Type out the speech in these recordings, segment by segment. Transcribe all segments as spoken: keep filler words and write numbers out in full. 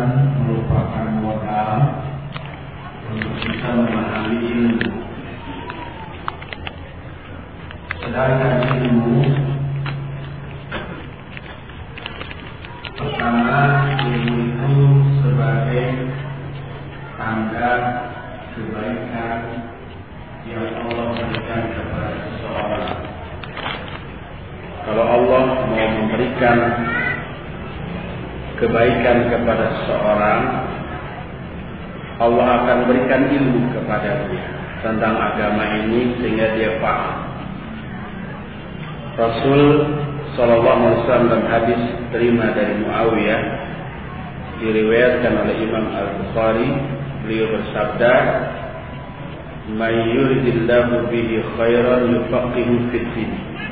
merupakan modal untuk bisa memahami ilmu. Sedangkan ilmu, pertama, ilmu itu sebagai tanda kebaikan yang Allah berikan kepada seseorang. Kalau Allah mau memberikan kebaikan kepada seseorang, Allah akan berikan ilmu kepada dia tentang agama ini sehingga dia paham. Rasul Sallallahu Alaihi Wasallam dalam hadis terima dari Muawiyah diriwayatkan oleh Imam Al-Bukhari, beliau bersabda, "May yuridillahu bihi khairan yufaqihu fid din."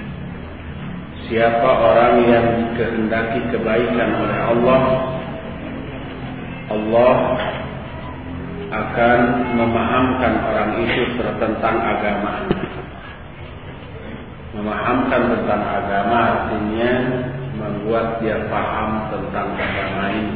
Siapa orang yang dikehendaki kebaikan oleh Allah, Allah akan memahamkan orang itu tentang agama. Memahamkan tentang agama artinya membuat dia paham tentang agama ini.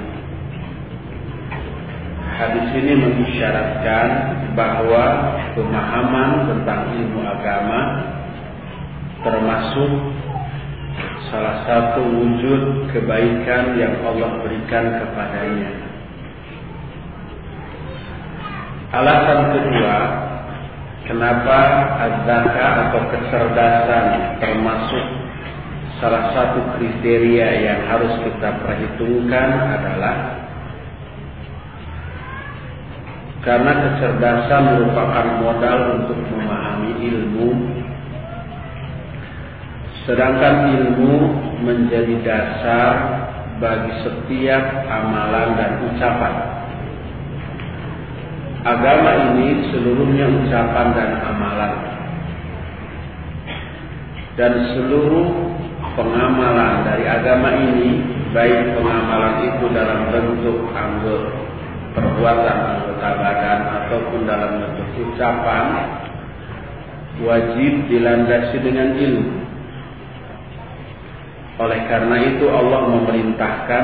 Hadis ini mengisyaratkan bahwa pemahaman tentang ilmu agama termasuk salah satu wujud kebaikan yang Allah berikan kepadanya. Alasan kedua, kenapa az-zaka atau kecerdasan termasuk salah satu kriteria yang harus kita perhitungkan adalah karena kecerdasan merupakan modal untuk memahami ilmu, sedangkan ilmu menjadi dasar bagi setiap amalan dan ucapan. Agama ini seluruhnya ucapan dan amalan, dan seluruh pengamalan dari agama ini, baik pengamalan itu dalam bentuk anggota perbuatan anggota badan ataupun dalam bentuk ucapan, wajib dilandasi dengan ilmu. Oleh karena itu Allah memerintahkan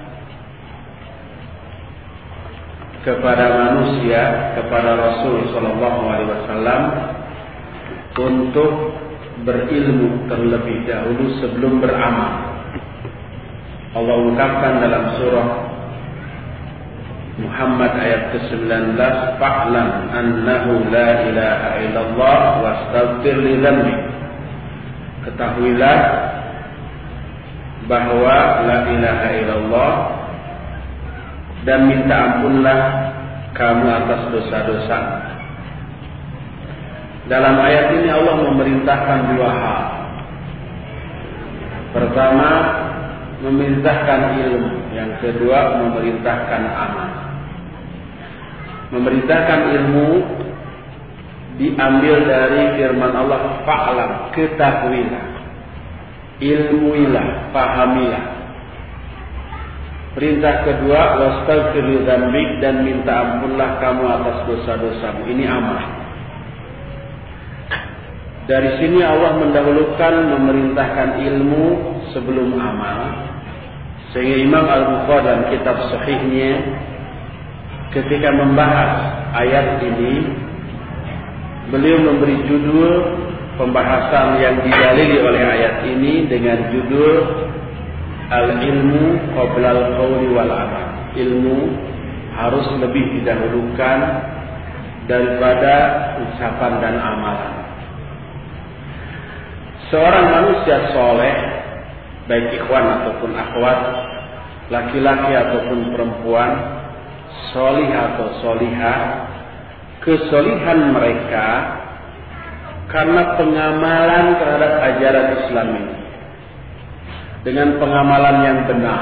kepada manusia, kepada Rasul Sallallahu Alaihi Wasallam untuk berilmu terlebih dahulu sebelum beramal. Allah ungkapkan dalam surah Muhammad ayat ke sembilan belas, "Fa'lam annahu la ilaha illallah wastaghfir li dzanbi." Ketahuilah bahwa la ilaha illallah dan minta ampunlah kamu atas dosa-dosa. Dalam ayat ini Allah memerintahkan dua hal. Pertama, memerintahkan ilmu. Yang kedua, memerintahkan amal. Memerintahkan ilmu diambil dari firman Allah, fa'lam, ketahuilah, ilmuilah, pahamilah. Perintah kedua, wastaghfir li dzambik, dan minta ampunlah kamu atas dosa-dosamu. Ini amal. Dari sini Allah mendahulukan memerintahkan ilmu sebelum amal. Sehingga Imam Al-Bukhari dalam kitab sahihnya ketika membahas ayat ini, beliau memberi judul pembahasan yang didalili oleh ayat ini dengan judul Al-ilmu qabla al-qawli wal amal. Ilmu harus lebih didahulukan daripada ucapan dan amalan. Seorang manusia soleh, baik ikhwan ataupun akhwat, laki-laki ataupun perempuan, solih atau solihah, kesolihan mereka karena pengamalan terhadap ajaran Islam ini dengan pengamalan yang benar.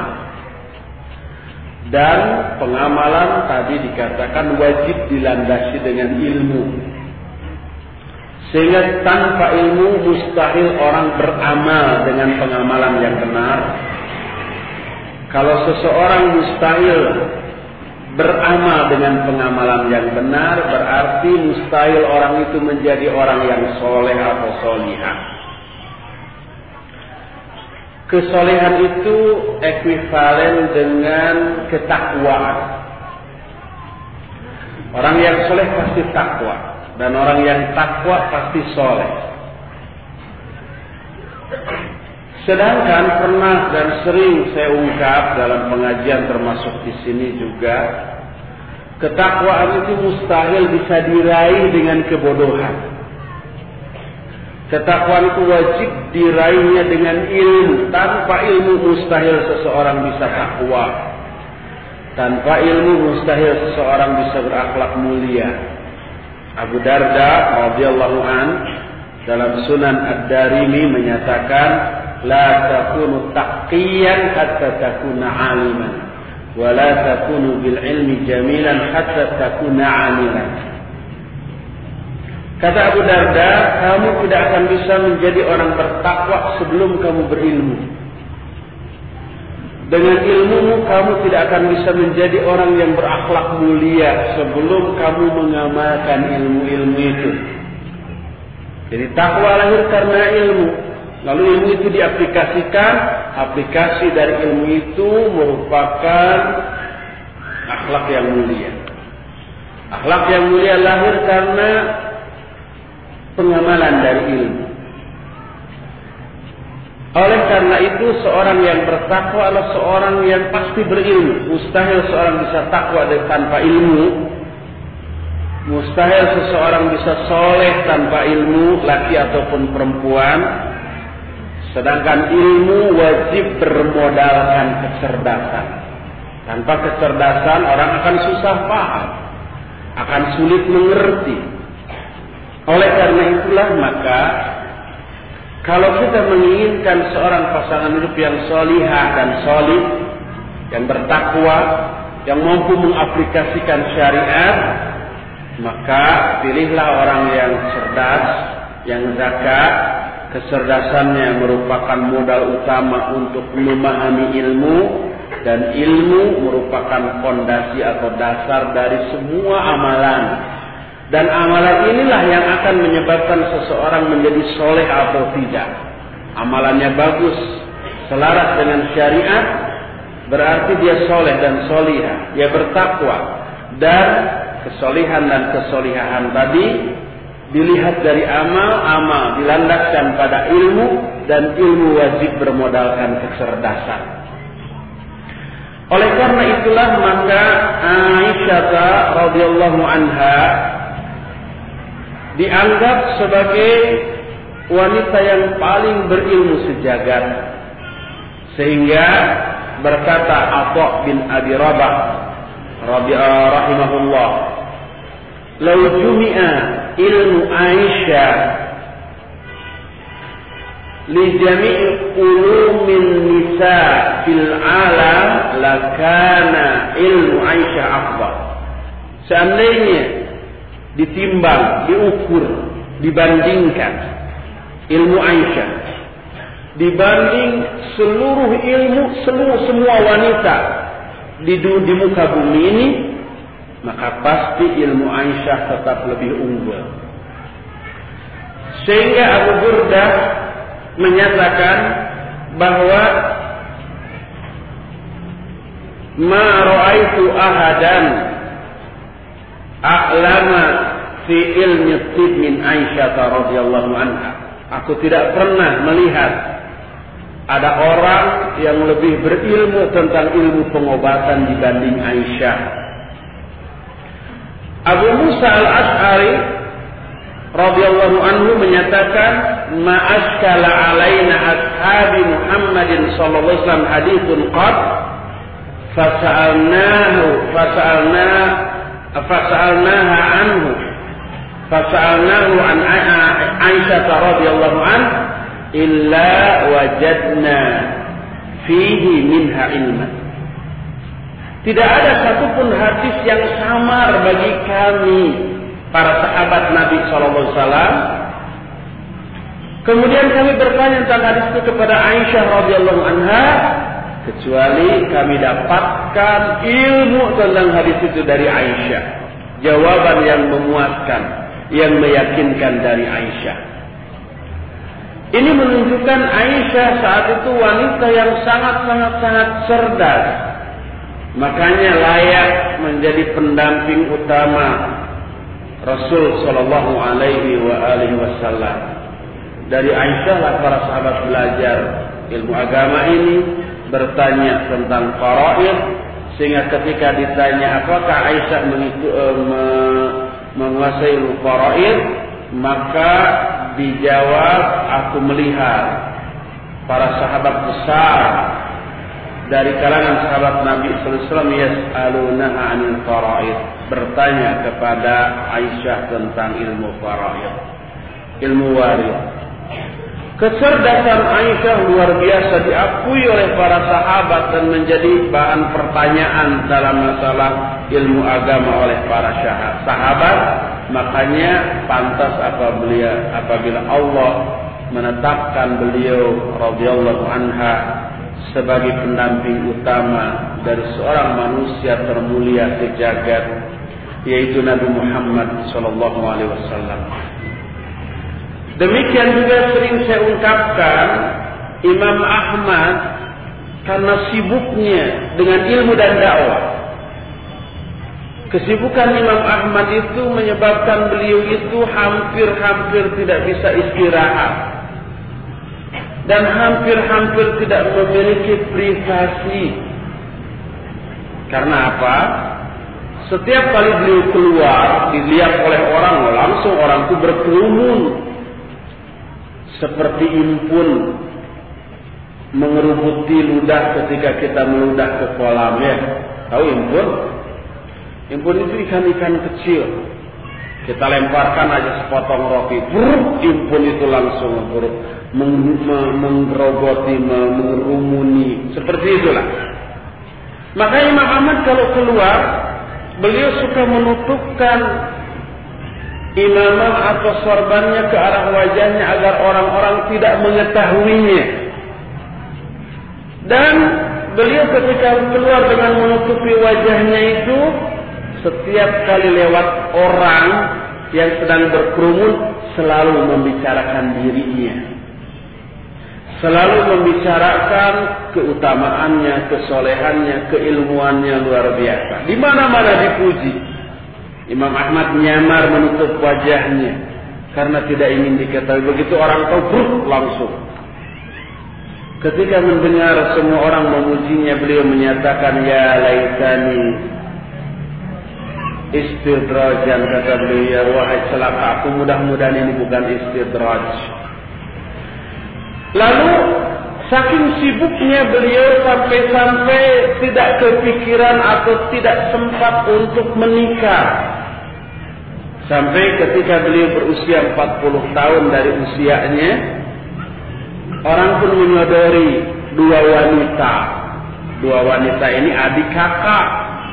Dan pengamalan tadi dikatakan wajib dilandasi dengan ilmu. Sehingga tanpa ilmu mustahil orang beramal dengan pengamalan yang benar. Kalau seseorang mustahil beramal dengan pengamalan yang benar, berarti mustahil orang itu menjadi orang yang soleh atau solihah. kesolehan itu ekuivalen dengan ketakwaan. Orang yang soleh pasti takwa, dan orang yang takwa pasti soleh. Sedangkan pernah dan sering saya ungkap dalam pengajian termasuk di sini juga, ketakwaan itu mustahil bisa diraih dengan kebodohan. Ketakwaan itu wajib diraihnya dengan ilmu. Tanpa ilmu mustahil seseorang bisa takwa. Tanpa ilmu mustahil seseorang bisa berakhlak mulia. Abu Darda radhiyallahu an dalam Sunan Ad-Darimi menyatakan, la takunu taqiyan hatta takuna aliman, wa la takunu bil ilmi jamilan hatta takuna amilan. Kata Abu Darda, kamu tidak akan bisa menjadi orang bertakwa sebelum kamu berilmu. Dengan ilmumu kamu tidak akan bisa menjadi orang yang berakhlak mulia sebelum kamu mengamalkan ilmu-ilmu itu. Jadi takwa lahir karena ilmu. Lalu ilmu itu diaplikasikan. Aplikasi dari ilmu itu merupakan akhlak yang mulia. Akhlak yang mulia lahir karena pengamalan dari ilmu. Oleh karena itu seorang yang bertakwa adalah seorang yang pasti berilmu. Mustahil seorang bisa takwa tanpa ilmu. Mustahil seseorang bisa soleh tanpa ilmu, laki ataupun perempuan. Sedangkan ilmu wajib bermodalkan kecerdasan. Tanpa kecerdasan orang akan susah paham, akan sulit mengerti. Oleh karena itulah maka kalau kita menginginkan seorang pasangan hidup yang solihah dan solih, yang bertakwa, yang mampu mengaplikasikan syariat, maka pilihlah orang yang cerdas, yang zakat. Kecerdasannya merupakan modal utama untuk memahami ilmu, dan ilmu merupakan fondasi atau dasar dari semua amalan. Dan amalan inilah yang akan menyebabkan seseorang menjadi soleh atau tidak. Amalannya bagus, selaras dengan syariat, berarti dia soleh dan solihah, dia bertakwa. Dan kesolehan dan kesolihahan tadi dilihat dari amal, amal dilandaskan pada ilmu, dan ilmu wajib bermodalkan kecerdasan. Oleh karena itulah maka Aisyah radhiyallahu anha dianggap sebagai wanita yang paling berilmu sejagat. Sehingga berkata Atha bin Abi Rabah rahimahullah, "Lau jumi'a ilmu Aisyah li jami'i ulumin nisa fil alam lakana ilmu Aisyah afdal." Seandainya ditimbang, diukur, dibandingkan ilmu Aisyah dibanding seluruh ilmu seluruh semua wanita di, di muka bumi ini, maka pasti ilmu Aisyah tetap lebih unggul. Sehingga Abu Burdah menyatakan bahwa ma ra'aitu ahadan a'lama fi ilmi tib min Aisyah radhiyallahu anha. Aku tidak pernah melihat ada orang yang lebih berilmu tentang ilmu pengobatan dibanding Aisyah. Abu Musa al-Ash'ari radhiyallahu anhu menyatakan, ma askala alaina ashabi Muhammadin sallallahu alaihi wasallam haditsun qad fasa'alnahu fasa'alna fasa'alnaha anhu fasa'alnahu an Aisyah radhiyallahu anha illa wajadna fihi minha ilman. Tidak ada satupun hadis yang samar bagi kami para sahabat Nabi shallallahu alaihi wasallam. Kemudian kami bertanya tentang hadis itu kepada Aisyah radhiyallahu anha, kecuali kami dapatkan ilmu tentang hadis itu dari Aisyah. Jawaban yang memuaskan, yang meyakinkan dari Aisyah. Ini menunjukkan Aisyah saat itu wanita yang sangat-sangat-sangat cerdas. Makanya layak menjadi pendamping utama Rasul Shallallahu Alaihi Wasallam. Dari Aisyah lah para sahabat belajar ilmu agama ini, bertanya tentang faraid, sehingga ketika ditanya apakah Aisyah mengiku, e, me, menguasai ilmu faraid, maka dijawab, aku melihat para sahabat besar dari kalangan sahabat Nabi sallallahu alaihi wasallam yas'alunaha 'anil faraid, bertanya kepada Aisyah tentang ilmu faraid, ilmu waris. Kecerdasan Aisyah luar biasa diakui oleh para sahabat dan menjadi bahan pertanyaan dalam masalah ilmu agama oleh para sahabat. Makanya pantas apabila apabila Allah menetapkan beliau radhiyallahu anha sebagai pendamping utama dari seorang manusia termulia sejagat, yaitu Nabi Muhammad sallallahu alaihi wasallam. Demikian juga sering saya ungkapkan, Imam Ahmad karena sibuknya dengan ilmu dan dakwah, kesibukan Imam Ahmad itu menyebabkan beliau itu hampir-hampir tidak bisa istirahat dan hampir-hampir tidak memiliki privasi. Karena apa? Setiap kali beliau keluar dilihat oleh orang, langsung orang itu berkerumun seperti impun mengerubuti ludah ketika kita meludah ke kolam, ya. Tahu impun? Impun itu ikan-ikan kecil. Kita lemparkan aja sepotong roti, bruk, impun itu langsung bruk, meng- menggerogoti, mengerumuni, seperti itulah. Maka Imam Ahmad kalau keluar, beliau suka menutupkan imamah atau sorbannya ke arah wajahnya agar orang-orang tidak mengetahuinya. Dan beliau ketika keluar dengan menutupi wajahnya itu, setiap kali lewat orang yang sedang berkerumun selalu membicarakan dirinya, selalu membicarakan keutamaannya, kesolehannya, keilmuannya luar biasa. Di mana-mana dipuji. Imam Ahmad nyamar menutup wajahnya karena tidak ingin diketahui. Begitu orang tahu, bruk, langsung. Ketika mendengar semua orang memujinya, beliau menyatakan, ya laitani istidrajan, kata beliau, ya wahai celaka aku, mudah-mudahan ini bukan istidraj. Lalu saking sibuknya beliau sampai-sampai tidak kepikiran atau tidak sempat untuk menikah. Sampai ketika beliau berusia empat puluh tahun dari usianya, orang pun menyodori dua wanita. Dua wanita ini adik kakak.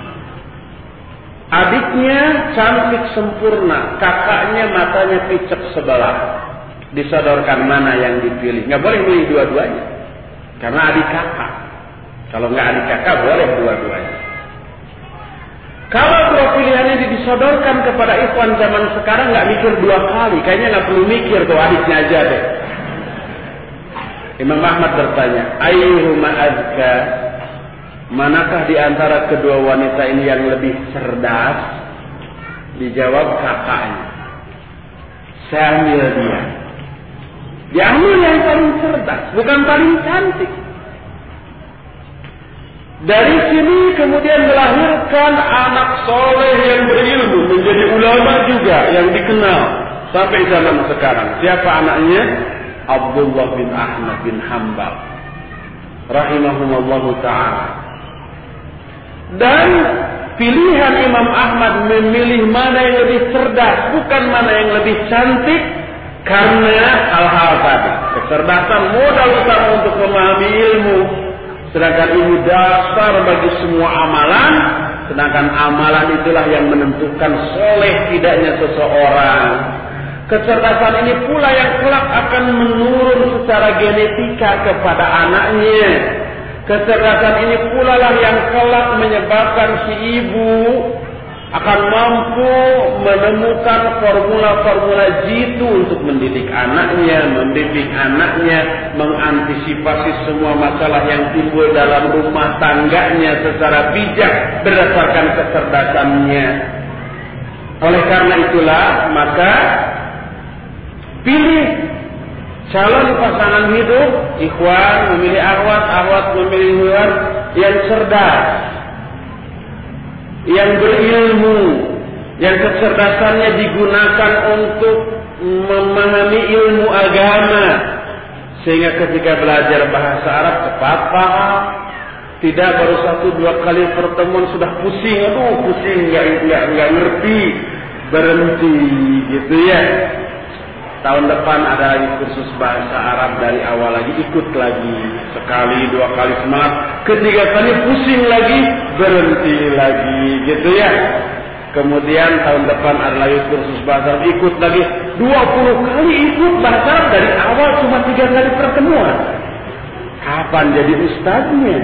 Adiknya cantik sempurna, kakaknya matanya picek sebelah. Disodorkan mana yang dipilih. Nggak boleh milih dua-duanya, karena adik kakak. Kalau nggak adik kakak boleh dua-duanya. Kalau dua pilihan ini disodorkan kepada ikhwan zaman sekarang, nggak mikir dua kali, kayaknya nggak perlu mikir, tuh adiknya aja deh. Imam Ahmad bertanya, ayyuhuma azka, manakah di antara kedua wanita ini yang lebih cerdas? Dijawab kakaknya. Saya ambil dia. Diambil yang paling cerdas, bukan paling cantik. Dari sini kemudian melahirkan anak soleh yang berilmu, menjadi ulama juga yang dikenal sampai zaman sekarang. Siapa anaknya? Abdullah bin Ahmad bin Hanbal rahimahumullah ta'ala. Dan pilihan Imam Ahmad memilih mana yang lebih cerdas, bukan mana yang lebih cantik, karena hal-hal tadi. Kecerdasan modal utama untuk memahami ilmu, sedangkan ini dasar bagi semua amalan, sedangkan amalan itulah yang menentukan soleh tidaknya seseorang. Kecerdasan ini pula yang kelak akan menurun secara genetika kepada anaknya. Kecerdasan ini pula lah yang kelak menyebabkan si ibu akan mampu menemukan formula-formula jitu untuk mendidik anaknya, mendidik anaknya, mengantisipasi semua masalah yang timbul dalam rumah tangganya secara bijak berdasarkan kecerdasannya. Oleh karena itulah, maka pilih calon pasangan hidup, ikhwan memilih akhwat, akhwat memilih ikhwan yang cerdas, yang berilmu, yang kecerdasannya digunakan untuk memahami ilmu agama, sehingga ketika belajar bahasa Arab tepat paham, tidak baru satu dua kali pertemuan sudah pusing, aduh pusing, nggak nggak nggak ngerti, berhenti gitu ya. Tahun depan ada lagi kursus bahasa Arab dari awal lagi, ikut lagi sekali dua kali semangat, ketiga kali pusing lagi, berhenti lagi gitu ya. Kemudian tahun depan ada lagi kursus bahasa Arab, ikut lagi dua puluh kali ikut bahasa Arab dari awal cuma tiga kali pertemuan. Kapan jadi ustadznya?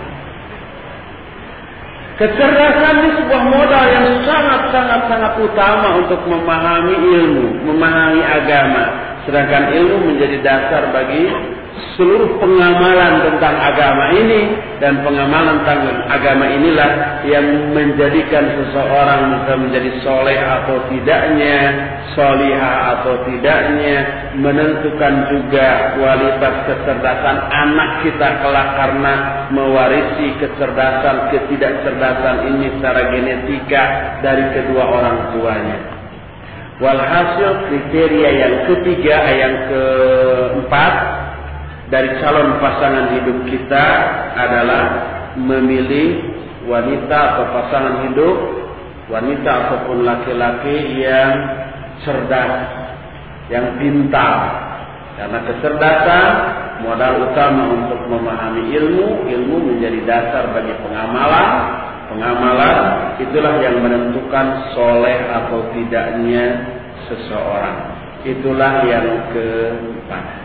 Kecerdasan ini sebuah modal yang sangat-sangat-sangat utama untuk memahami ilmu, memahami agama. Sedangkan ilmu menjadi dasar bagi seluruh pengamalan tentang agama ini. Dan pengamalan tentang agama inilah yang menjadikan seseorang bisa menjadi soleh atau tidaknya, solihah atau tidaknya, menentukan juga kualitas kecerdasan anak kita kelak karena mewarisi kecerdasan, ketidakcerdasan ini secara genetika dari kedua orang tuanya. Walhasil kriteria yang ketiga, yang keempat dari calon pasangan hidup kita adalah memilih wanita atau pasangan hidup, wanita ataupun laki-laki yang cerdas, yang pintar. Karena kecerdasan modal utama untuk memahami ilmu, ilmu menjadi dasar bagi pengamalan. Pengamalan itulah yang menentukan soleh atau tidaknya seseorang. Itulah yang keempat.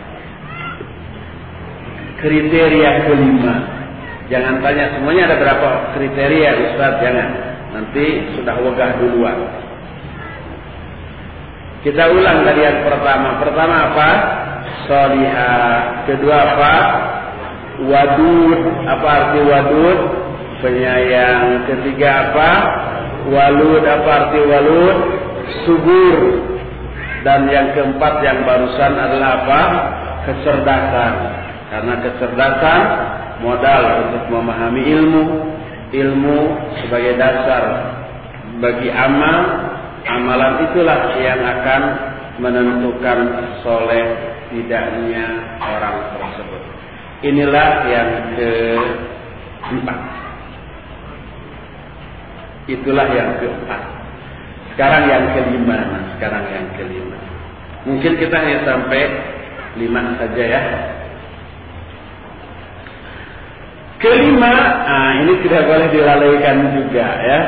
Kriteria kelima. Jangan tanya semuanya ada berapa kriteria Ustaz, jangan. Nanti sudah wegah duluan. Kita ulang dari yang pertama. Pertama apa? Solihah. Kedua apa? Wadud. Apa arti wadud? Penyayang. Ketiga apa? Walud. Apa arti walud? Subur. Dan yang keempat yang barusan adalah apa? Kecerdasan. Karena kecerdasan modal untuk memahami ilmu, ilmu sebagai dasar bagi amal, amalan itulah yang akan menentukan soleh tidaknya orang tersebut. Inilah yang keempat. Itulah yang keempat. Sekarang yang kelima, sekarang yang kelima. Mungkin kita hanya sampai lima saja ya. Kelima, ah, ini tidak boleh dilalaikan juga ya.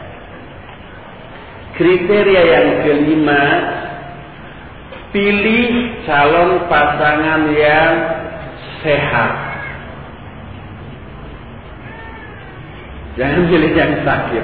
Kriteria yang kelima, pilih calon pasangan yang sehat. Jangan pilih yang sakit.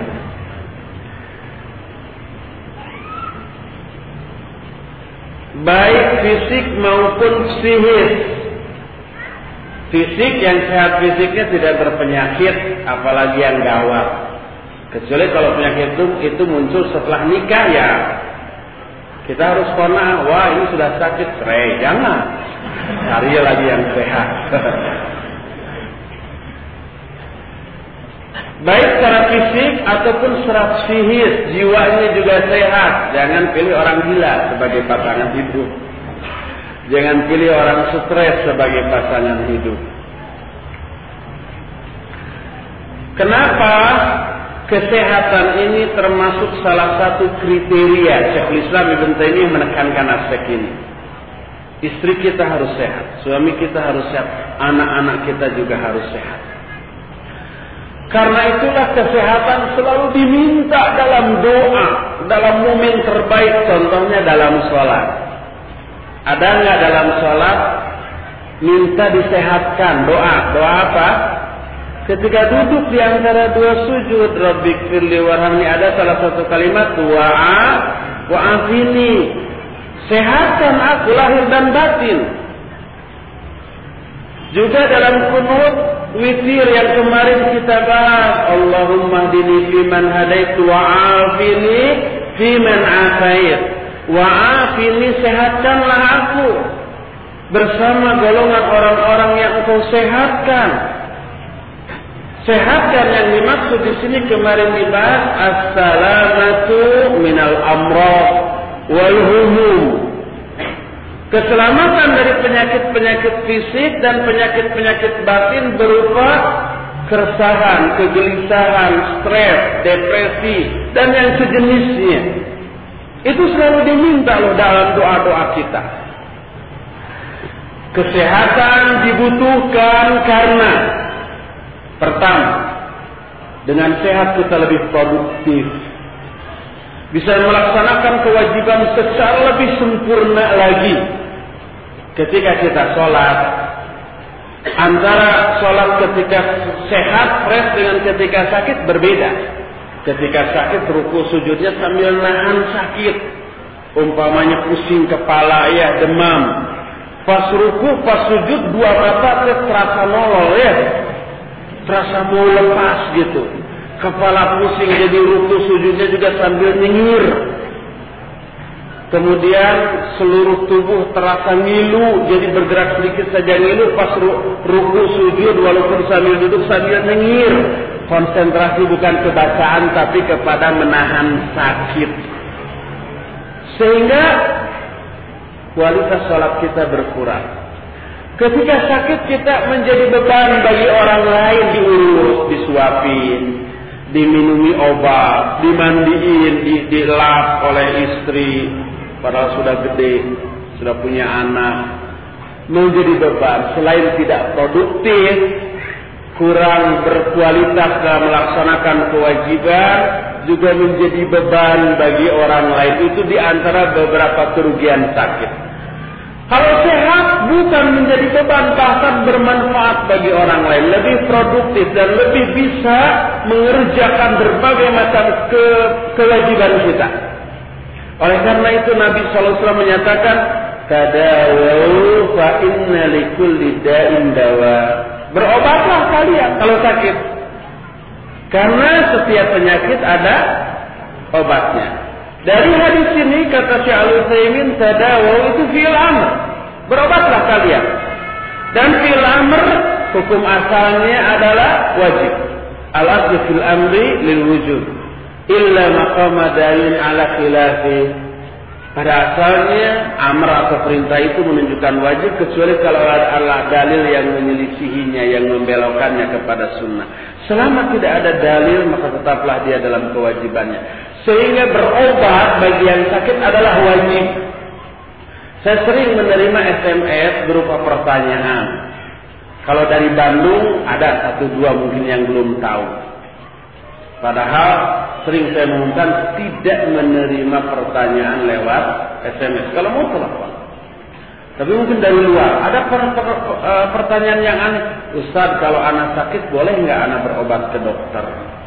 Baik fisik maupun psikis. Fisik yang sehat fisiknya tidak berpenyakit, apalagi yang gawat. Kecuali kalau penyakit itu, itu muncul setelah nikah ya. Kita harus qanaah, wah ini sudah sakit, cerai, jangan. Cari lagi yang sehat. Baik secara fisik ataupun secara psikis, jiwanya juga sehat. Jangan pilih orang gila sebagai pasangan hidup. Jangan pilih orang stres sebagai pasangan hidup. Kenapa? Kesehatan ini termasuk salah satu kriteria. Syekhul Islam Ibnu Taimiyah menekankan aspek ini. Istri kita harus sehat, suami kita harus sehat, anak-anak kita juga harus sehat. Karena itulah kesehatan selalu diminta dalam doa, dalam momen terbaik, contohnya dalam sholat. Ada nggak dalam sholat minta disehatkan? Doa, doa apa? ketika duduk di antara dua sujud, Rabbighfirli warhamni, ada salah satu kalimat wa'a wa'afini, sehatkan aku lahir dan batin. Juga dalam kunut witir yang kemarin kita bahas, Allahumma hdini fiman hadait wa'afini fiman afait. Wa'afini, sehatkanlah aku bersama golongan orang-orang yang engkau sehatkan. Sehatkan yang dimaksud di sini kemarin dibahas as-salamatu minal amrad wal humum. Keselamatan dari penyakit-penyakit fisik dan penyakit-penyakit batin berupa keresahan, kegelisahan, stres, depresi dan yang sejenisnya. Itu selalu diminta loh dalam doa-doa kita. Kesehatan dibutuhkan karena pertama, dengan sehat kita lebih produktif, bisa melaksanakan kewajiban secara lebih sempurna lagi. Ketika kita sholat, antara sholat ketika sehat, fresh dengan ketika sakit berbeda. Ketika sakit ruku sujudnya sambil nahan sakit, umpamanya pusing kepala, ya demam. Pas ruku, pas sujud dua mata terasa nolol, ya terasa mau lepas gitu. Kepala pusing jadi ruku sujudnya juga sambil nyengir. Kemudian seluruh tubuh terasa ngilu, jadi bergerak sedikit saja ngilu. Pas ruku sujud walaupun sambil duduk sambil nyengir. Konsentrasi bukan kebacaan tapi kepada menahan sakit. Sehingga kualitas sholat kita berkurang. Ketika sakit kita menjadi beban bagi orang lain, diurus, disuapin, diminumi obat, dimandiin, di, dilap oleh istri, padahal sudah gede, sudah punya anak, menjadi beban. Selain tidak produktif, kurang berkualitas dalam melaksanakan kewajiban, juga menjadi beban bagi orang lain. Itu diantara beberapa kerugian sakit. Kalau sehat bukan menjadi beban, bahkan bermanfaat bagi orang lain, lebih produktif dan lebih bisa mengerjakan berbagai macam ke kewajiban kita. Oleh karena itu Nabi shallallahu alaihi wasallam menyatakan, tadawu fa inna likulli da'in dawa. Berobatlah kalian kalau sakit, karena setiap penyakit ada obatnya. Dari hadis ini kata Syekh Al-Utsaimin, tadawu itu fi'il amr, berobatlah kalian. Dan fi'il amr hukum asalnya adalah wajib. Al-aslu fil amri lil wujub illa maqama dalil ala khilafi. Pada asalnya amr atau perintah itu menunjukkan wajib, kecuali kalau ada dalil yang menyelisihinya, yang membelokkannya kepada sunnah. Selama tidak ada dalil, maka tetaplah dia dalam kewajibannya. Sehingga berobat bagi yang sakit adalah wajib. Saya sering menerima S M S berupa pertanyaan. Kalau dari Bandung ada satu dua mungkin yang belum tahu. Padahal sering saya mengumumkan tidak menerima pertanyaan lewat S M S. Kalau mau telepon. Tapi mungkin dari luar ada per, per, uh, pertanyaan yang aneh. Ustaz, kalau anak sakit boleh nggak anak berobat ke dokter?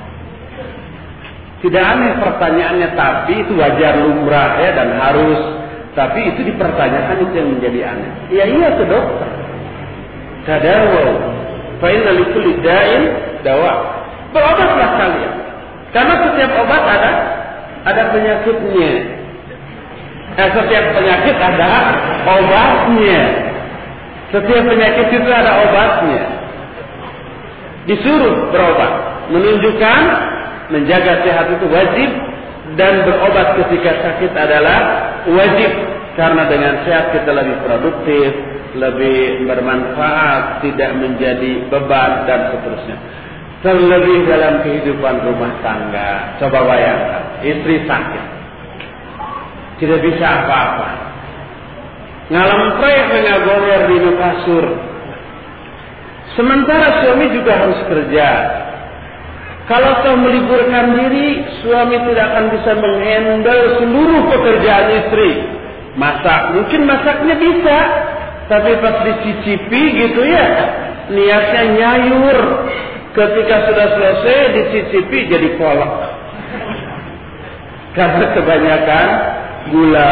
Tidak aneh pertanyaannya, tapi itu wajar, lumrah ya, dan harus. Tapi itu dipertanyakan, itu yang menjadi aneh. Ya iya ke dokter. Tadawu fa inna likulli da'in dawa. Berobatlah kalian. Karena setiap obat ada ada penyakitnya. Eh, setiap penyakit ada obatnya. Setiap penyakit itu ada obatnya. Disuruh berobat, menunjukkan menjaga sehat itu wajib, dan berobat ketika sakit adalah wajib. Karena dengan sehat kita lebih produktif, lebih bermanfaat, tidak menjadi beban dan seterusnya. Terlebih dalam kehidupan rumah tangga. Coba bayangkan, istri sakit, tidak bisa apa-apa, ngalemprek ngagoler di kasur. Sementara suami juga harus kerja. Kalau kau meliburkan diri, suami tidak akan bisa menghandle seluruh pekerjaan istri. Masak, mungkin masaknya bisa, tapi pas dicicipi gitu ya, niatnya nyayur. Ketika sudah selesai dicicipi jadi kolak. Karena kebanyakan gula.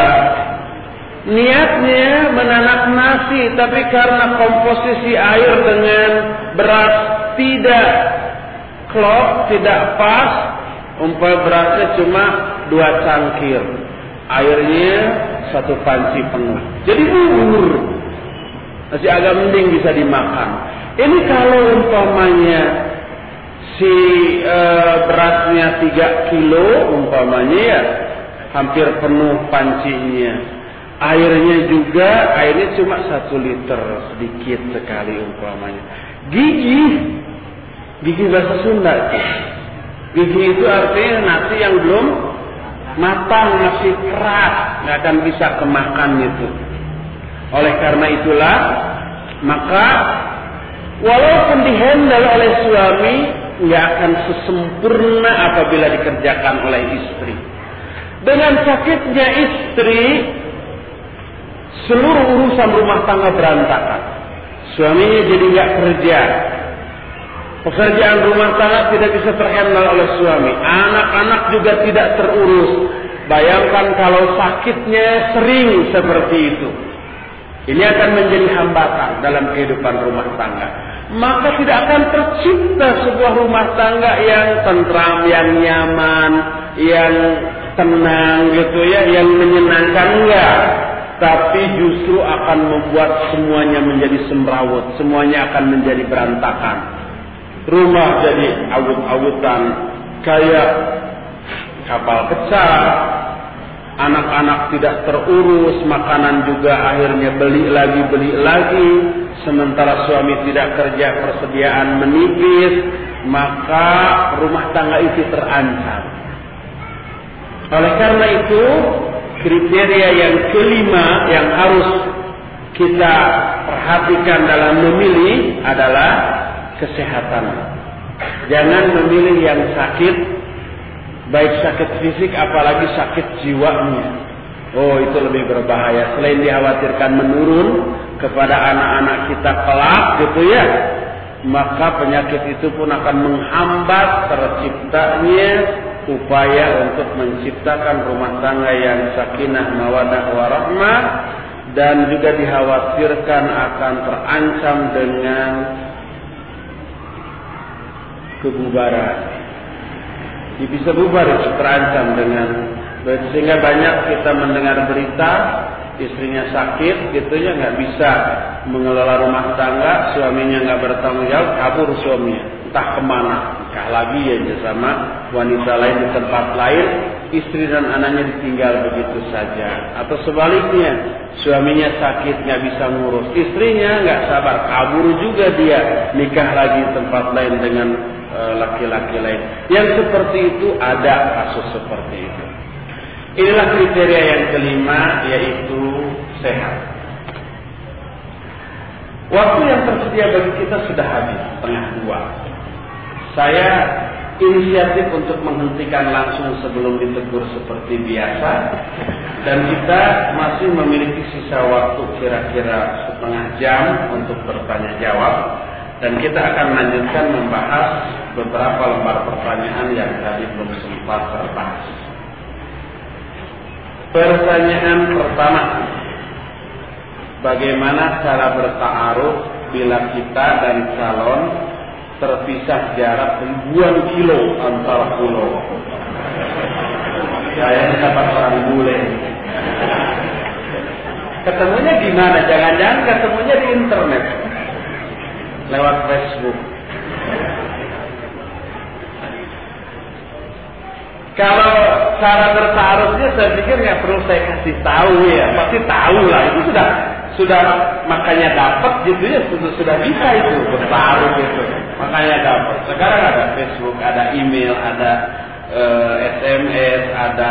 Niatnya menanak nasi, tapi karena komposisi air dengan beras tidak klop, tidak pas, umpamanya berasnya cuma dua cangkir, airnya satu panci penuh, jadi bubur. Masih agak mending bisa dimakan. Ini kalau umpamanya si e, berasnya tiga kilo umpamanya ya, hampir penuh pancinya. Airnya juga, airnya cuma satu liter, sedikit sekali umpamanya. Gigih, gigih bahasa Sunda. Gigih itu artinya nasi yang belum matang, masih keras, nggak akan bisa kemakan itu. Oleh karena itulah, maka walaupun dihandle oleh suami, nggak akan sesempurna apabila dikerjakan oleh istri. Dengan sakitnya istri, seluruh urusan rumah tangga berantakan. Suaminya jadi nggak kerja, pekerjaan rumah tangga tidak bisa terhandle oleh suami, anak-anak juga tidak terurus. Bayangkan kalau sakitnya sering seperti itu, ini akan menjadi hambatan dalam kehidupan rumah tangga. Maka tidak akan tercipta sebuah rumah tangga yang tentram, yang nyaman, yang tenang gitu ya, yang menyenangkan. Enggak. Tapi justru akan membuat semuanya menjadi semrawut, semuanya akan menjadi berantakan. Rumah jadi awut-awutan, kayak kapal pecah, anak-anak tidak terurus, makanan juga akhirnya beli lagi, beli lagi, sementara suami tidak kerja, persediaan menipis, maka rumah tangga itu terancam. Oleh karena itu, kriteria yang kelima yang harus kita perhatikan dalam memilih adalah kesehatan. Jangan memilih yang sakit, baik sakit fisik apalagi sakit jiwanya. Oh, itu lebih berbahaya. Selain dikhawatirkan menurun kepada anak-anak kita kelak gitu ya, maka penyakit itu pun akan menghambat terciptanya upaya untuk menciptakan rumah tangga yang sakinah, mawaddah, warahmah, dan juga dikhawatirkan akan terancam dengan kebubaran. Dia bisa bubar itu, terancam dengan, sehingga banyak kita mendengar berita istrinya sakit, gitu ya, nggak bisa mengelola rumah tangga, suaminya nggak bertanggung jawab, kabur suaminya, entah kemana, nikah lagi ya sama wanita lain di tempat lain, istri dan anaknya ditinggal begitu saja. Atau sebaliknya, suaminya sakit nggak bisa ngurus, istrinya nggak sabar, kabur juga dia, nikah lagi di tempat lain dengan e, laki-laki lain. Yang seperti itu ada kasus seperti itu. Inilah kriteria yang kelima, yaitu sehat. Waktu yang tersedia bagi kita sudah habis, setengah dua. Saya inisiatif untuk menghentikan langsung sebelum ditegur seperti biasa, dan kita masih memiliki sisa waktu kira-kira setengah jam untuk bertanya jawab, dan kita akan lanjutkan membahas beberapa lembar pertanyaan yang tadi belum sempat terbahas. Pertanyaan pertama, bagaimana cara bertaaruf bila kita dan calon terpisah jarak ribuan kilo antar pulau? Saya dapat orang bule. Ketemunya di mana? Jangan-jangan ketemunya di internet, lewat Facebook. Kalau cara bertaarufnya saya pikir nggak perlu saya kasih tahu ya, pasti tahu lah, itu sudah sudah makanya dapat gitu ya, sudah sudah bisa itu bertaaruf itu, makanya dapat. Sekarang ada Facebook, ada email, ada uh, S M S, ada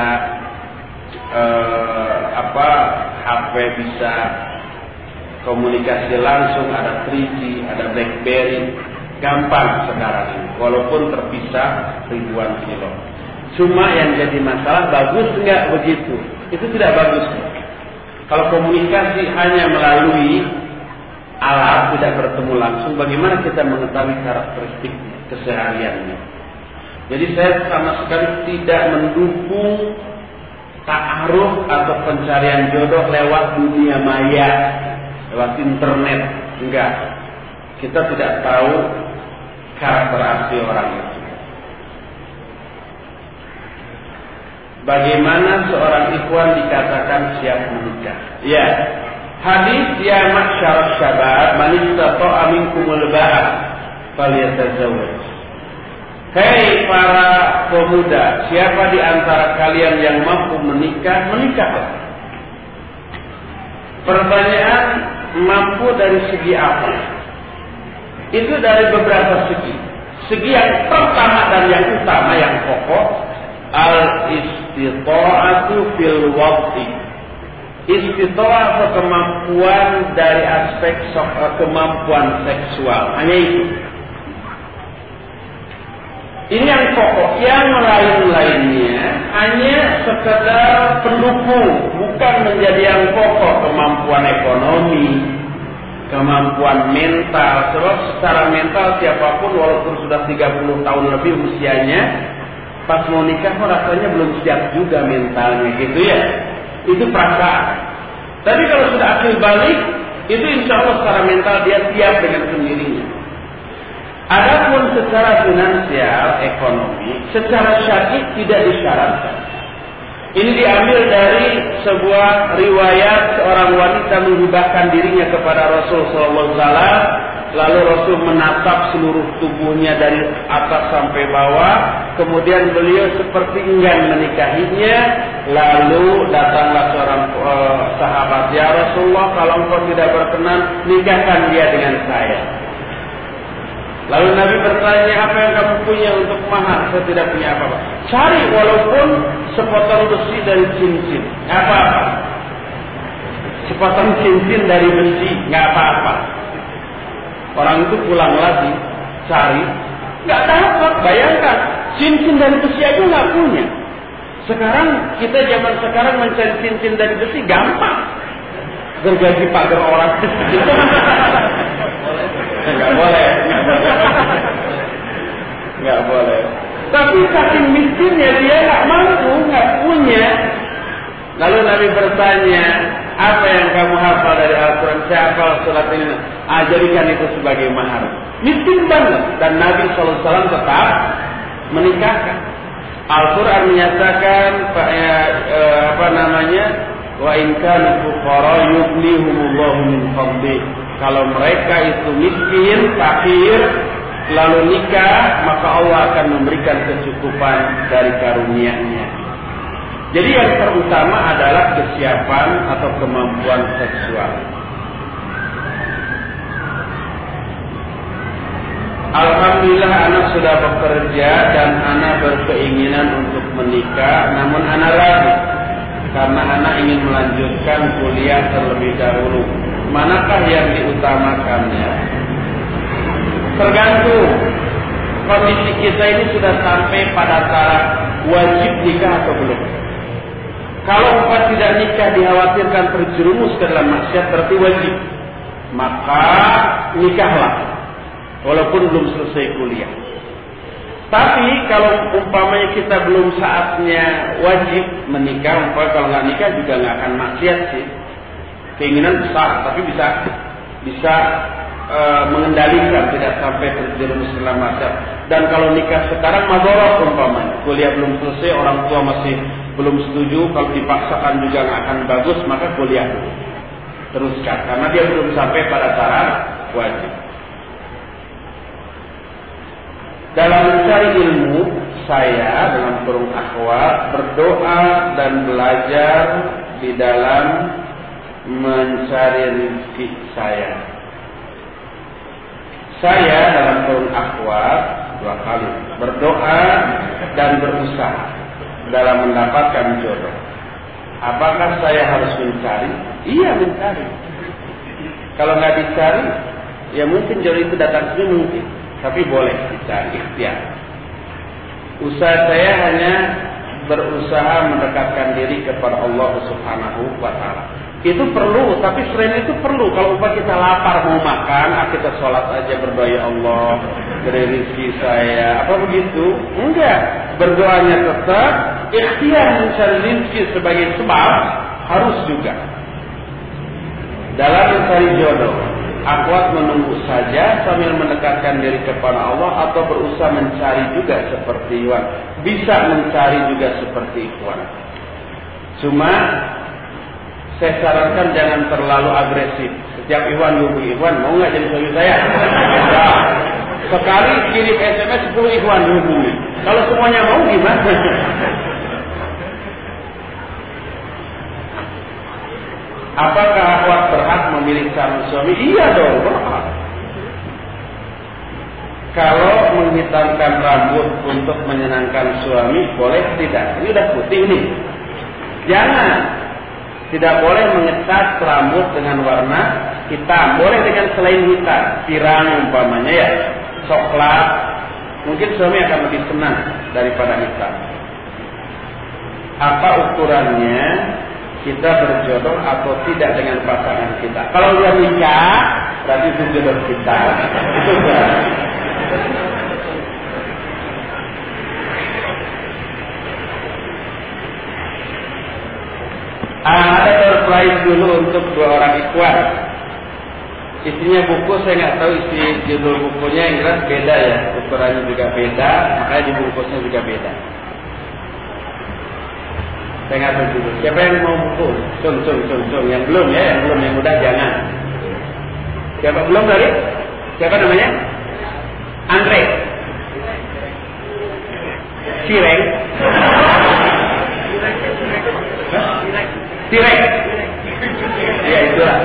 uh, apa H P bisa komunikasi langsung, ada tiga G, ada BlackBerry, gampang sekarang ini, walaupun terpisah ribuan kilo. Cuma yang jadi masalah, bagus nggak begitu? Itu tidak bagus. Kalau komunikasi hanya melalui alat, tidak bertemu langsung, bagaimana kita mengetahui karakteristiknya? kesehariannya. Jadi saya sama sekali tidak mendukung ta'aruf atau pencarian jodoh lewat dunia maya, lewat internet. Enggak. Kita tidak tahu karakter asli orang itu. Bagaimana seorang ikhwan dikatakan siap menikah? Ya, hadis ya ma'syar syabab man istata'a minkumul ba'ah falyatazawwaj. Hei para pemuda, siapa di antara kalian yang mampu menikah, menikahlah. Pertanyaan, mampu dari segi apa? Itu dari beberapa segi. Segi yang pertama dan yang utama, yang pokok, al-istita'atu fil waqti. Istita'ah atau kemampuan dari aspek kemampuan seksual. Hanya itu. Ini yang pokok. Yang lain-lainnya hanya sekedar pendukung, bukan menjadi yang pokok. Kemampuan ekonomi, kemampuan mental. Terus secara mental siapapun walaupun sudah tiga puluh tahun lebih usianya, pas mau nikah kok rasanya belum siap juga mentalnya, gitu ya. Itu perasaan. Tapi kalau sudah akil balik, itu insya Allah secara mental dia siap dengan sendirinya. Adapun secara finansial, ekonomi, secara syar'i tidak disyaratkan. Ini diambil dari sebuah riwayat seorang wanita menghibahkan dirinya kepada Rasul sallallahu alaihi wasallam. Lalu Rasul menatap seluruh tubuhnya dari atas sampai bawah. Kemudian beliau seperti enggan menikahinya. Lalu datanglah seorang uh, sahabat, ya Rasulullah, kalau engkau tidak berkenan, nikahkan dia dengan saya. Lalu Nabi bertanya, apa yang kamu punya untuk mahar? Saya tidak punya apa-apa. Cari walaupun sepotong besi dari cincin, nggak apa-apa. Sepotong cincin dari besi, nggak apa-apa. Orang itu pulang lagi, cari, nggak dapat. Bayangkan, cincin dari besi aja nggak punya. Sekarang kita zaman sekarang mencari cincin dari besi gampang. Gergaji pagar orang. Nggak boleh, nggak boleh. Tapi saking miskinnya dia nggak mampu, nggak punya. Lalu Nabi bertanya, apa yang kamu hafal dari Al-Quran? Saya hafal surat ini. Ajarikan itu sebagai mahar. Miskin banget. Dan Nabi shallallahu alaihi wasallam tetap menikahkan. Al-Quran menyatakan ya, eh, apa namanya, wa in kanu fuqara yughnihumullahu min fadlih. Kalau mereka itu miskin, fakir, lalu nikah, maka Allah akan memberikan kecukupan dari karunia-Nya. Jadi yang terutama adalah kesiapan atau kemampuan seksual. Alhamdulillah anak sudah bekerja dan anak berkeinginan untuk menikah, namun anak ragu karena anak ingin melanjutkan kuliah terlebih dahulu. Manakah yang diutamakannya? Tergantung kondisi kita ini sudah sampai pada taraf wajib nikah atau belum. Kalau empat tidak nikah dikhawatirkan terjerumus ke dalam maksiat berarti wajib, maka nikahlah walaupun belum selesai kuliah. Tapi kalau umpamanya kita belum saatnya wajib menikah, umpamanya kalau nggak nikah juga nggak akan maksiat sih. Keinginan besar, tapi bisa bisa e, mengendalikan tidak sampai terjerumus dalam maksiat. Dan kalau nikah sekarang madorot umpamanya, kuliah belum selesai, orang tua masih belum setuju, kalau dipaksakan juga nggak akan bagus, maka kuliah dulu. Teruskan, karena dia belum sampai pada taraf wajib. Dalam mencari ilmu, saya dalam kurung akhwat berdoa dan belajar di dalam mencari rezeki saya. Saya dalam kurung akhwat dua kali berdoa dan berusaha dalam mendapatkan jodoh. Apakah saya harus mencari? Iya, mencari. Kalau nggak dicari, ya mungkin jodoh itu datang sendiri mungkin, tapi boleh dicari, ikhtiar. Usaha saya hanya berusaha mendekatkan diri kepada Allah Subhanahu wa Ta'ala. Itu perlu, tapi selain itu perlu. Kalau upah kita lapar mau makan, ah kita sholat aja berdoa, ya Allah, beri rezeki saya. Apa begitu? Enggak. Berdoanya tetap, ikhtiar mencari rezeki sebagai sebab harus juga. Dalam mencari jodoh, akhwat menunggu saja sambil mendekatkan diri kepada Allah atau berusaha mencari juga seperti Ikhwan. Bisa mencari juga seperti Ikhwan. Cuma saya sarankan jangan terlalu agresif. Setiap Ikhwan hubungi Ikhwan, mau nggak jadi suami saya? Nah, sekali kirim S M S sepuluh Ikhwan dihubungi. Kalau semuanya mau gimana? Apakah akhwat berhak memilih calon suami? Iya dong, berhak. Kalau menghitamkan rambut untuk menyenangkan suami, boleh tidak? Ini udah putih nih. Jangan. Tidak boleh mengecat rambut dengan warna hitam. Boleh dengan selain hitam, pirang umpamanya ya, coklat. Mungkin suami akan lebih senang daripada hitam. Apa ukurannya kita berjodoh atau tidak dengan pasangan kita? Kalau dia nikah, berarti itu jodoh kita. Itu kan. Ada surprise dulu untuk dua orang ikhwan. Isinya buku saya nggak tahu isi judul bukunya, yang jelas beda ya, ukurannya juga beda, makanya di bungkusnya juga beda. Saya nggak tahu judul. Siapa yang mau buku? Cung, cung, cung, cung. Yang belum ya, yang belum, yang udah jangan. Siapa belum dari? Siapa namanya? Andre. Cireng. Tirek. Ya itulah.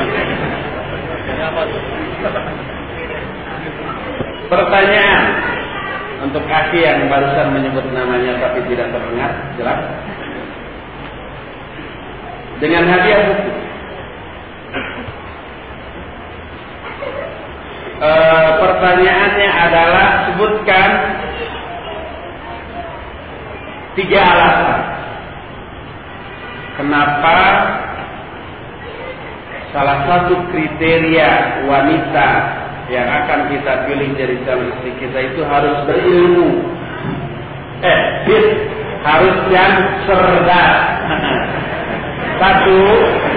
Pertanyaan untuk Aki yang barusan menyebut namanya tapi tidak terdengar jelas. Dengan hadiah buku. E, pertanyaannya adalah sebutkan tiga alasan kenapa salah satu kriteria wanita yang akan kita pilih jadi calon istri kita itu harus berilmu. Eh, bis, harus yang cerdas. Satu,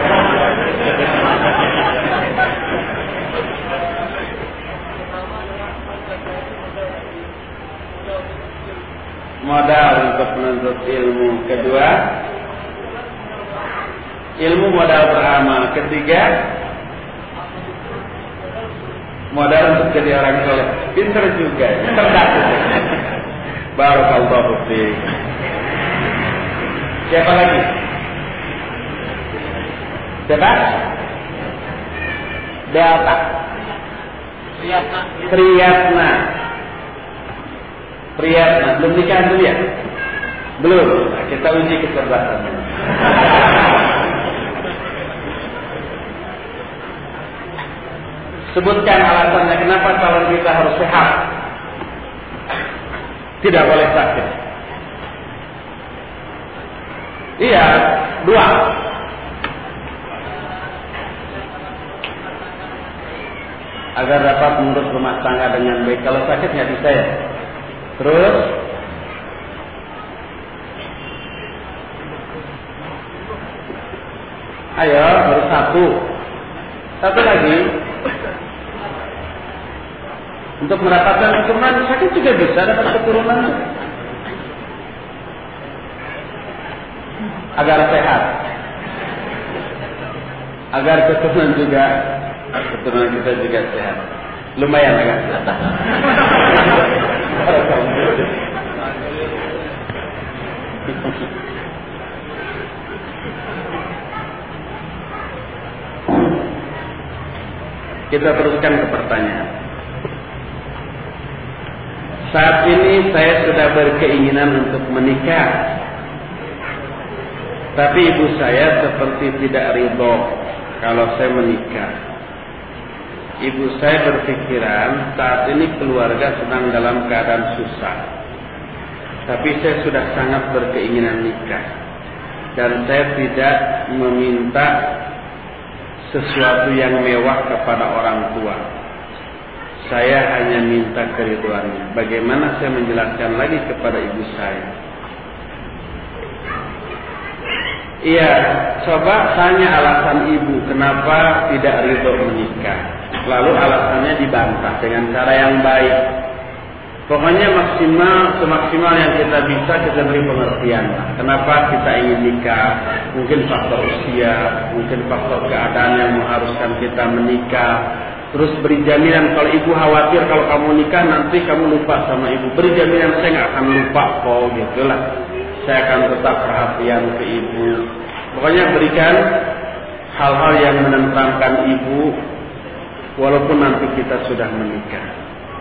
modal untuk menuntut ilmu. Kedua, ilmu modal beramal. Ketiga, modal untuk jadi orang soleh. Pinter juga, cerdas. Barakallahu fiik. Siapa lagi? Siapa? Delta. Priyatna. Priyatna. Priyatna. Belum nikah dulu ya? Belum. Nah, kita uji kecerdasannya. Sebutkan alasannya kenapa calon kita harus sehat. Tidak boleh sakit. Iya, dua. Agar dapat mengurus rumah tangga dengan baik. Kalau sakit nggak bisa ya. Terus, ayo baru satu. Satu lagi. Untuk mendapatkan keturunan sakit juga bisa dapat keturunan. Agar sehat. Agar keturunan juga keturunan kita juga sehat. Lumayan agak sehat. Kita teruskan ke pertanyaan. Saat ini saya sudah berkeinginan untuk menikah, tapi ibu saya seperti tidak ridho kalau saya menikah. Ibu saya berpikiran saat ini keluarga sedang dalam keadaan susah, tapi saya sudah sangat berkeinginan nikah. dan saya tidak meminta sesuatu yang mewah kepada orang tua. Saya hanya minta keriduannya. Bagaimana saya menjelaskan lagi kepada ibu saya? Iya, coba tanya alasan ibu kenapa tidak ridho menikah. Lalu alasannya dibantah dengan cara yang baik. Pokoknya maksimal, semaksimal yang kita bisa kita beri pengertian. Kenapa kita ingin nikah? Mungkin faktor usia, mungkin faktor keadaan yang mengharuskan kita menikah. Terus beri jaminan kalau ibu khawatir kalau kamu nikah nanti kamu lupa sama ibu. Beri jaminan saya nggak akan lupa kok, gitulah. Saya akan tetap perhatian ke ibu. Pokoknya berikan hal-hal yang menenteramkan ibu walaupun nanti kita sudah menikah.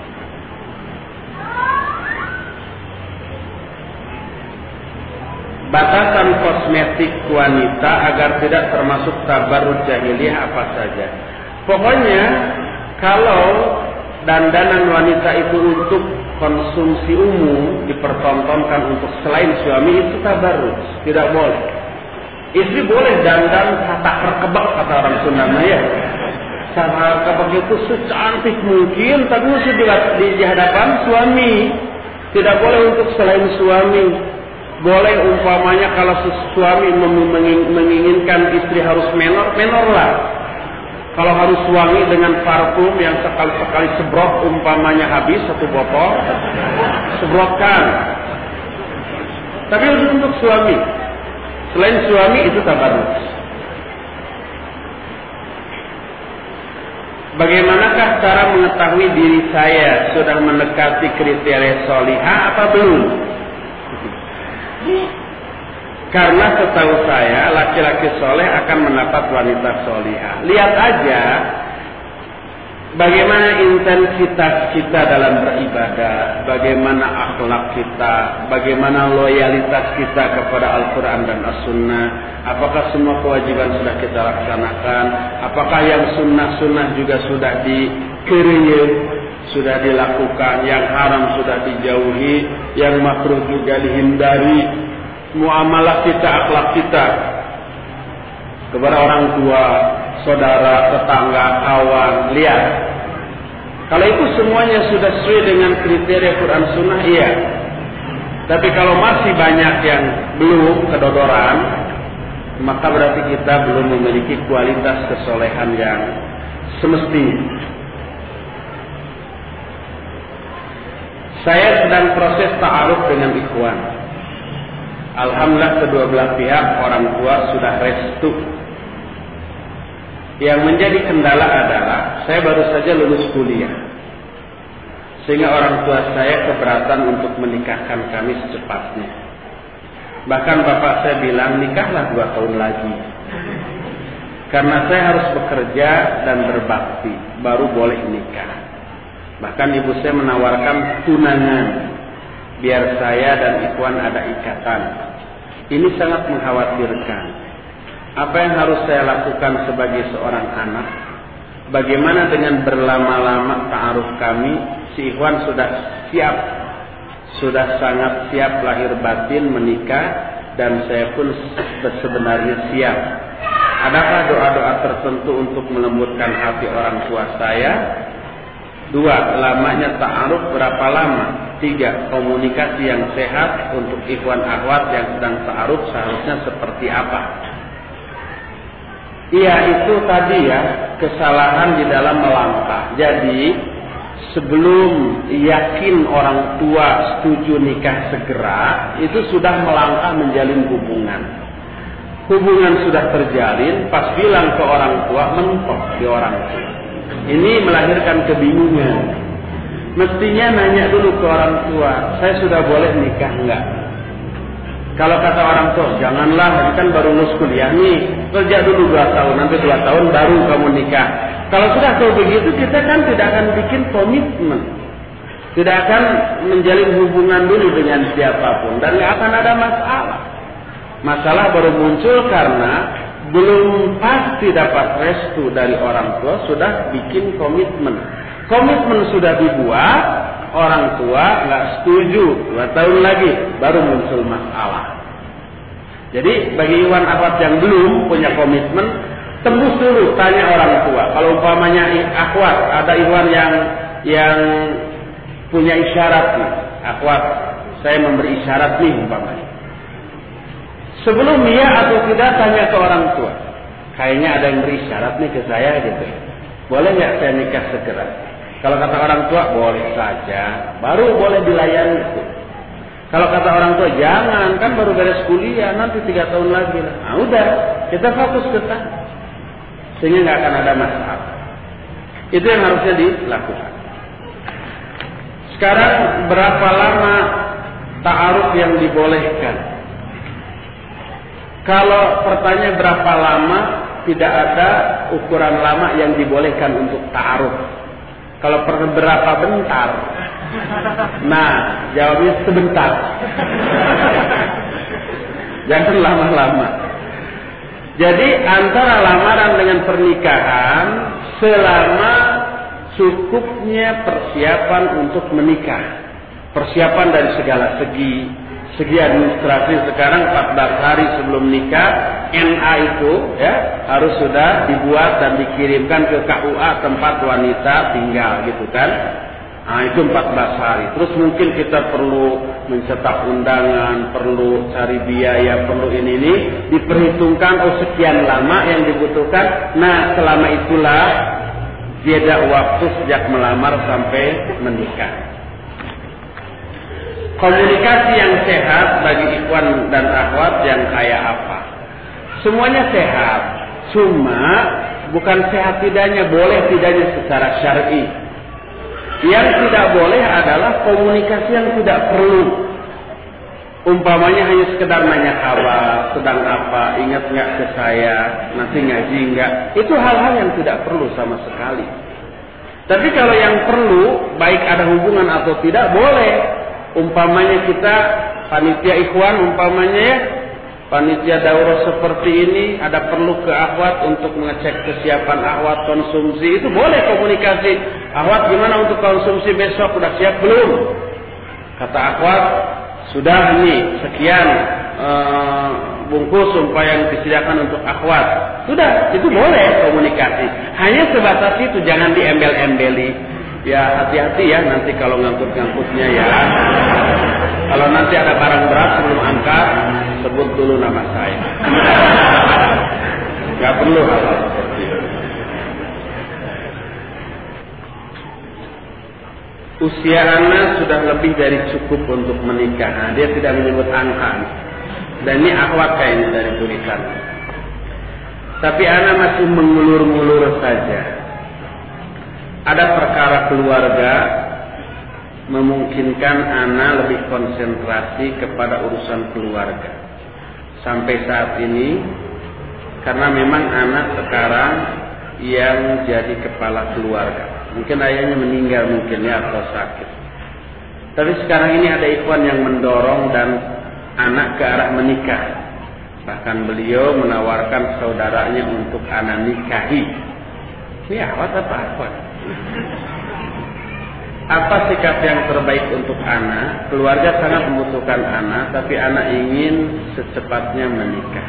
Batasan kosmetik wanita agar tidak termasuk tabarruj jahiliyah apa saja. Pokoknya kalau dandanan wanita itu untuk konsumsi umum dipertontonkan untuk selain suami itu tabarruj, tidak boleh. Istri boleh dandan satar kebak kata orang Sunda ya. Satar kebak itu secantik mungkin tapi mesti di, di hadapan suami. Tidak boleh untuk selain suami. Boleh umpamanya kalau suami menginginkan istri harus menor, menorlah. Kalau harus wangi dengan parfum yang sekali-sekali sebrok umpamanya habis satu botol, sebrokkan. Tapi untuk suami, selain suami itu tabarruj. Bagaimanakah cara mengetahui diri saya sudah mendekati kriteria solihah atau belum? Karena setahu saya laki-laki soleh akan mendapat wanita solihah. Lihat aja bagaimana intensitas kita dalam beribadah, bagaimana akhlak kita, bagaimana loyalitas kita kepada Al-Quran dan As-Sunnah. Apakah semua kewajiban sudah kita laksanakan? Apakah yang sunnah-sunnah juga sudah dikeriye, sudah dilakukan, yang haram sudah dijauhi, yang makruh juga dihindari. Muamalah kita, akhlak kita kepada orang tua, saudara, tetangga, kawan, lihat. Kalau itu semuanya sudah sesuai dengan kriteria Quran Sunnah, iya. Tapi kalau masih banyak yang belum kedodoran, maka berarti kita belum memiliki kualitas kesolehan yang semestinya. Saya sedang proses ta'aruf dengan ikhwan. Alhamdulillah kedua belah pihak orang tua sudah restu. Yang menjadi kendala adalah saya baru saja lulus kuliah, sehingga orang tua saya keberatan untuk menikahkan kami secepatnya. Bahkan bapak saya bilang nikahlah dua tahun lagi, karena saya harus bekerja dan berbakti baru boleh nikah. Bahkan ibu saya menawarkan tunangan biar saya dan ikhwan ada ikatan. Ini sangat mengkhawatirkan. Apa yang harus saya lakukan sebagai seorang anak? Bagaimana dengan berlama-lama ta'aruf kami? Si ikhwan sudah siap, sudah sangat siap lahir batin menikah, dan saya pun sebenarnya siap. Adakah doa-doa tertentu untuk melembutkan hati orang tua saya? Dua, lamanya ta'aruf berapa lama? Tiga, komunikasi yang sehat untuk ikhwan akhwat yang sedang ta'aruf seharusnya seperti apa? Iya, itu tadi ya, kesalahan di dalam melangkah. Jadi, sebelum yakin orang tua setuju nikah segera, itu sudah melangkah menjalin hubungan. Hubungan sudah terjalin, pas bilang ke orang tua, mentok di orang tua. Ini melahirkan kebingungan. Mestinya nanya dulu ke orang tua, saya sudah boleh nikah enggak? Kalau kata orang tua, janganlah, kan baru lulus kuliah nih, kerja dulu dua tahun, nanti dua tahun baru kamu nikah. Kalau sudah tahu begitu, kita kan tidak akan bikin komitmen, tidak akan menjalin hubungan dulu dengan siapapun, dan nggak akan ada masalah. Masalah baru muncul karena belum pasti dapat restu dari orang tua, sudah bikin komitmen. Komitmen sudah dibuat, orang tua nggak setuju, dua tahun lagi baru muncul masalah. Jadi bagi ikhwan akhwat yang belum punya komitmen, tembus dulu tanya orang tua. Kalau umpamanya akhwat ada ikhwan yang yang punya isyarat nih, akhwat saya memberi isyarat nih umpamanya. Sebelum iya atau tidak tanya ke orang tua. Kayaknya ada yang beri isyarat nih ke saya gitu. Boleh nggak saya nikah segera? Kalau kata orang tua boleh saja, baru boleh dilayani itu. Kalau kata orang tua jangan, kan baru beres kuliah, nanti tiga tahun lagi. Nah udah, kita fokus ke sana, sehingga nggak akan ada masalah. Itu yang harusnya dilakukan. Sekarang berapa lama ta'aruf yang dibolehkan? Kalau pertanyaan berapa lama, tidak ada ukuran lama yang dibolehkan untuk ta'aruf. Kalau per berapa bentar, nah jawabnya sebentar. Jangan lama-lama. Jadi antara lamaran dengan pernikahan selama cukupnya persiapan untuk menikah. Persiapan dari segala segi. Segi administrasi sekarang empat belas hari sebelum nikah N A itu ya harus sudah dibuat dan dikirimkan ke K U A tempat wanita tinggal gitu kan. Nah itu empat belas hari. Terus mungkin kita perlu mencetak undangan, perlu cari biaya, perlu ini ini diperhitungkan oh sekian lama yang dibutuhkan. Nah selama itulah jeda waktu sejak melamar sampai menikah. Komunikasi yang sehat bagi ikhwan dan akhwat yang kayak apa? Semuanya sehat, cuma bukan sehat tidaknya, boleh tidaknya secara syar'i. Yang tidak boleh adalah komunikasi yang tidak perlu. Umpamanya hanya sekedar nanya kabar, sedang apa, ingat nggak ke saya, nanti ngaji nggak? Itu hal-hal yang tidak perlu sama sekali. Tapi kalau yang perlu, baik ada hubungan atau tidak, boleh. Umpamanya kita panitia ikhwan, umpamanya ya panitia daurah seperti ini ada perlu ke akhwat untuk mengecek kesiapan akhwat konsumsi, itu boleh komunikasi. Akhwat gimana untuk konsumsi besok, udah siap belum? Kata akhwat sudah nih sekian ee, bungkus sumpah yang disediakan untuk akhwat. Sudah, itu boleh komunikasi. Hanya sebatas itu, jangan diembel-embeli. Ya hati-hati ya nanti kalau ngangkut-ngangkutnya ya. Kalau nanti ada barang berat sebelum angkat, sebut dulu nama saya. Gak perlu hal-hal seperti itu. Usia anak sudah lebih dari cukup untuk menikah. Nah, dia tidak menyebut angka. Dan ini akhwat kayaknya dari tulisan. Tapi anak masih mengulur-ngulur saja. Ada perkara keluarga memungkinkan anak lebih konsentrasi kepada urusan keluarga sampai saat ini, karena memang anak sekarang yang jadi kepala keluarga. Mungkin ayahnya meninggal mungkin ya atau sakit. Tapi sekarang ini ada ikhwan yang mendorong dan anak ke arah menikah. Bahkan beliau menawarkan saudaranya untuk anak nikahi. Ini akhwat apa akhwat? Apa sikap yang terbaik untuk anak? Keluarga sangat membutuhkan anak, tapi anak ingin secepatnya menikah.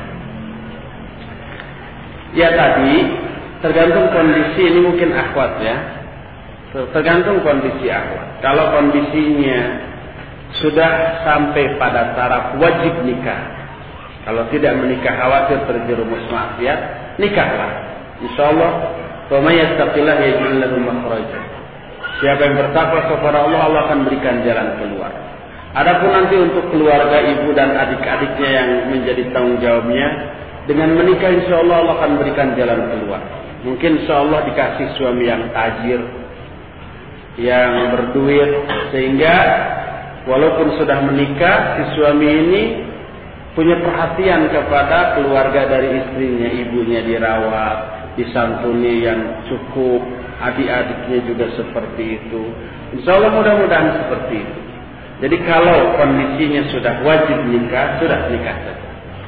Ya tadi, tergantung kondisi, ini mungkin akhwat ya. Tergantung kondisi akhwat. Kalau kondisinya sudah sampai pada taraf wajib nikah, kalau tidak menikah khawatir terjerumus maksiat, nikahlah. Insyaallah wa may yattaqillah yaj'al lahu makhraja. Siapa yang bertakwa kepada Allah, Allah akan berikan jalan keluar. Adapun nanti untuk keluarga ibu dan adik-adiknya yang menjadi tanggung jawabnya, dengan menikah insyaallah Allah akan berikan jalan keluar. Mungkin insyaallah dikasih suami yang tajir, yang berduit, sehingga walaupun sudah menikah, si suami ini punya perhatian kepada keluarga dari istrinya, ibunya dirawat, disantuni yang cukup, adik-adiknya juga seperti itu. Insya Allah mudah-mudahan seperti itu. Jadi kalau kondisinya sudah wajib nikah, sudah nikah saja.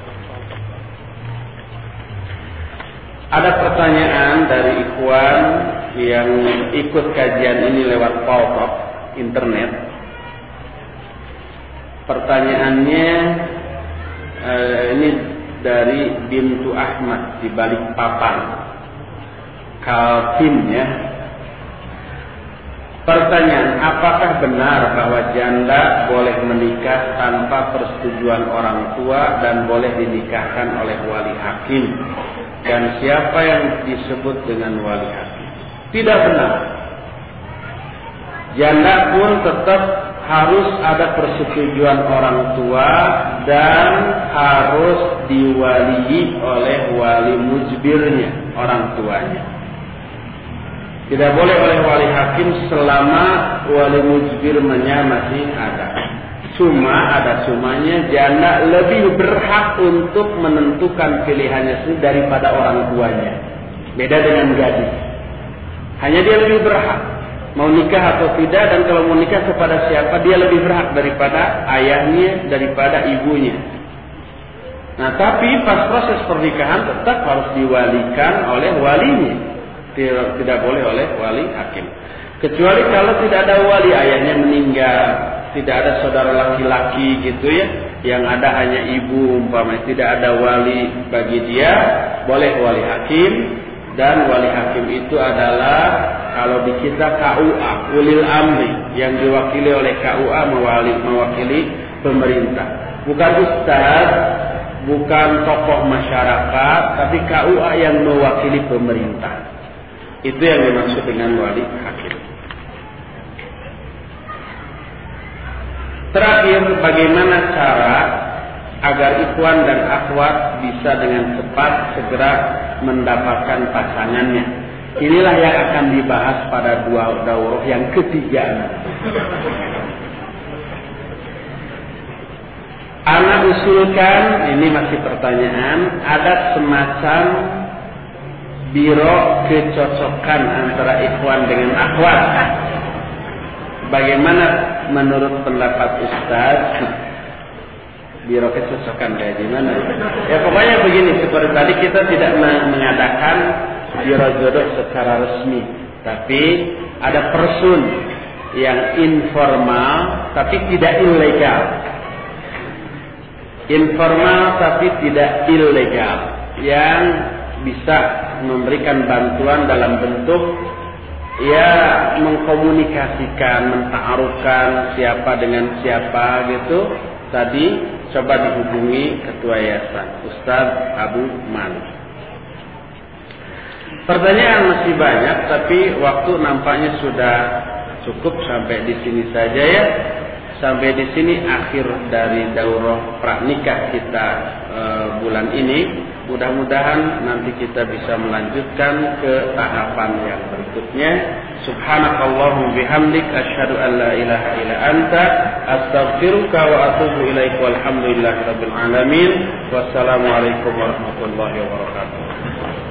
Ada pertanyaan dari ikhwan yang ikut kajian ini lewat Paltalk internet. Pertanyaannya, uh, ini dari Bintu Ahmad di Balikpapan, Kaltim ya. Pertanyaan, apakah benar bahwa janda boleh menikah tanpa persetujuan orang tua dan boleh dinikahkan oleh wali hakim? Dan siapa yang disebut dengan wali hakim? Tidak benar. Janda pun tetap harus ada persetujuan orang tua dan harus diwalii oleh wali mujbirnya, orang tuanya. Tidak boleh oleh wali hakim selama wali mujbirnya masih ada. Cuma ada cumanya, janda lebih berhak untuk menentukan pilihannya sendiri daripada orang tuanya. Beda dengan gadis. Hanya dia lebih berhak mau nikah atau tidak, dan kalau mau nikah kepada siapa dia lebih berhak daripada ayahnya, daripada ibunya. Nah, tapi pas proses pernikahan tetap harus diwalikan oleh walinya. Tidak, tidak boleh oleh wali hakim. Kecuali kalau tidak ada wali, ayahnya meninggal, tidak ada saudara laki-laki gitu ya, yang ada hanya ibu umpamanya, tidak ada wali bagi dia, boleh wali hakim. Dan wali hakim itu adalah kalau di kita K U A, ulil amri, yang diwakili oleh K U A mewali, mewakili pemerintah. Bukan ustaz, bukan tokoh masyarakat, tapi K U A yang mewakili pemerintah. Itu yang dimaksud dengan wali hakim. Terakhir, bagaimana cara agar ikhwan dan akhwat bisa dengan cepat segera mendapatkan pasangannya? Inilah yang akan dibahas pada dua daurah yang ketiga. Ana usulkan, ini masih pertanyaan, ada semacam biro kecocokan antara ikhwan dengan akhwat. Bagaimana menurut pendapat Ustaz? Biro kecocokan kayak gimana? Ya pokoknya begini, seperti tadi kita tidak mengadakan biro jodoh secara resmi, tapi ada person yang informal tapi tidak ilegal. Informal tapi tidak ilegal, yang bisa memberikan bantuan dalam bentuk ya mengkomunikasikan, menta'arufkan siapa dengan siapa gitu. Tadi coba dihubungi ketua yayasan Ustaz Abu Man. Pertanyaan masih banyak, tapi waktu nampaknya sudah cukup sampai di sini saja ya. Sampai di sini akhir dari daurah pranikah kita e, bulan ini. Mudah-mudahan nanti kita bisa melanjutkan ke tahapan yang berikutnya. Subhanakallahumma bihamdik asyhadu an la ilaha illa anta astaghfiruka wa atubu ilaik walhamdulillahirabbil alamin. Wassalamualaikum warahmatullahi wabarakatuh.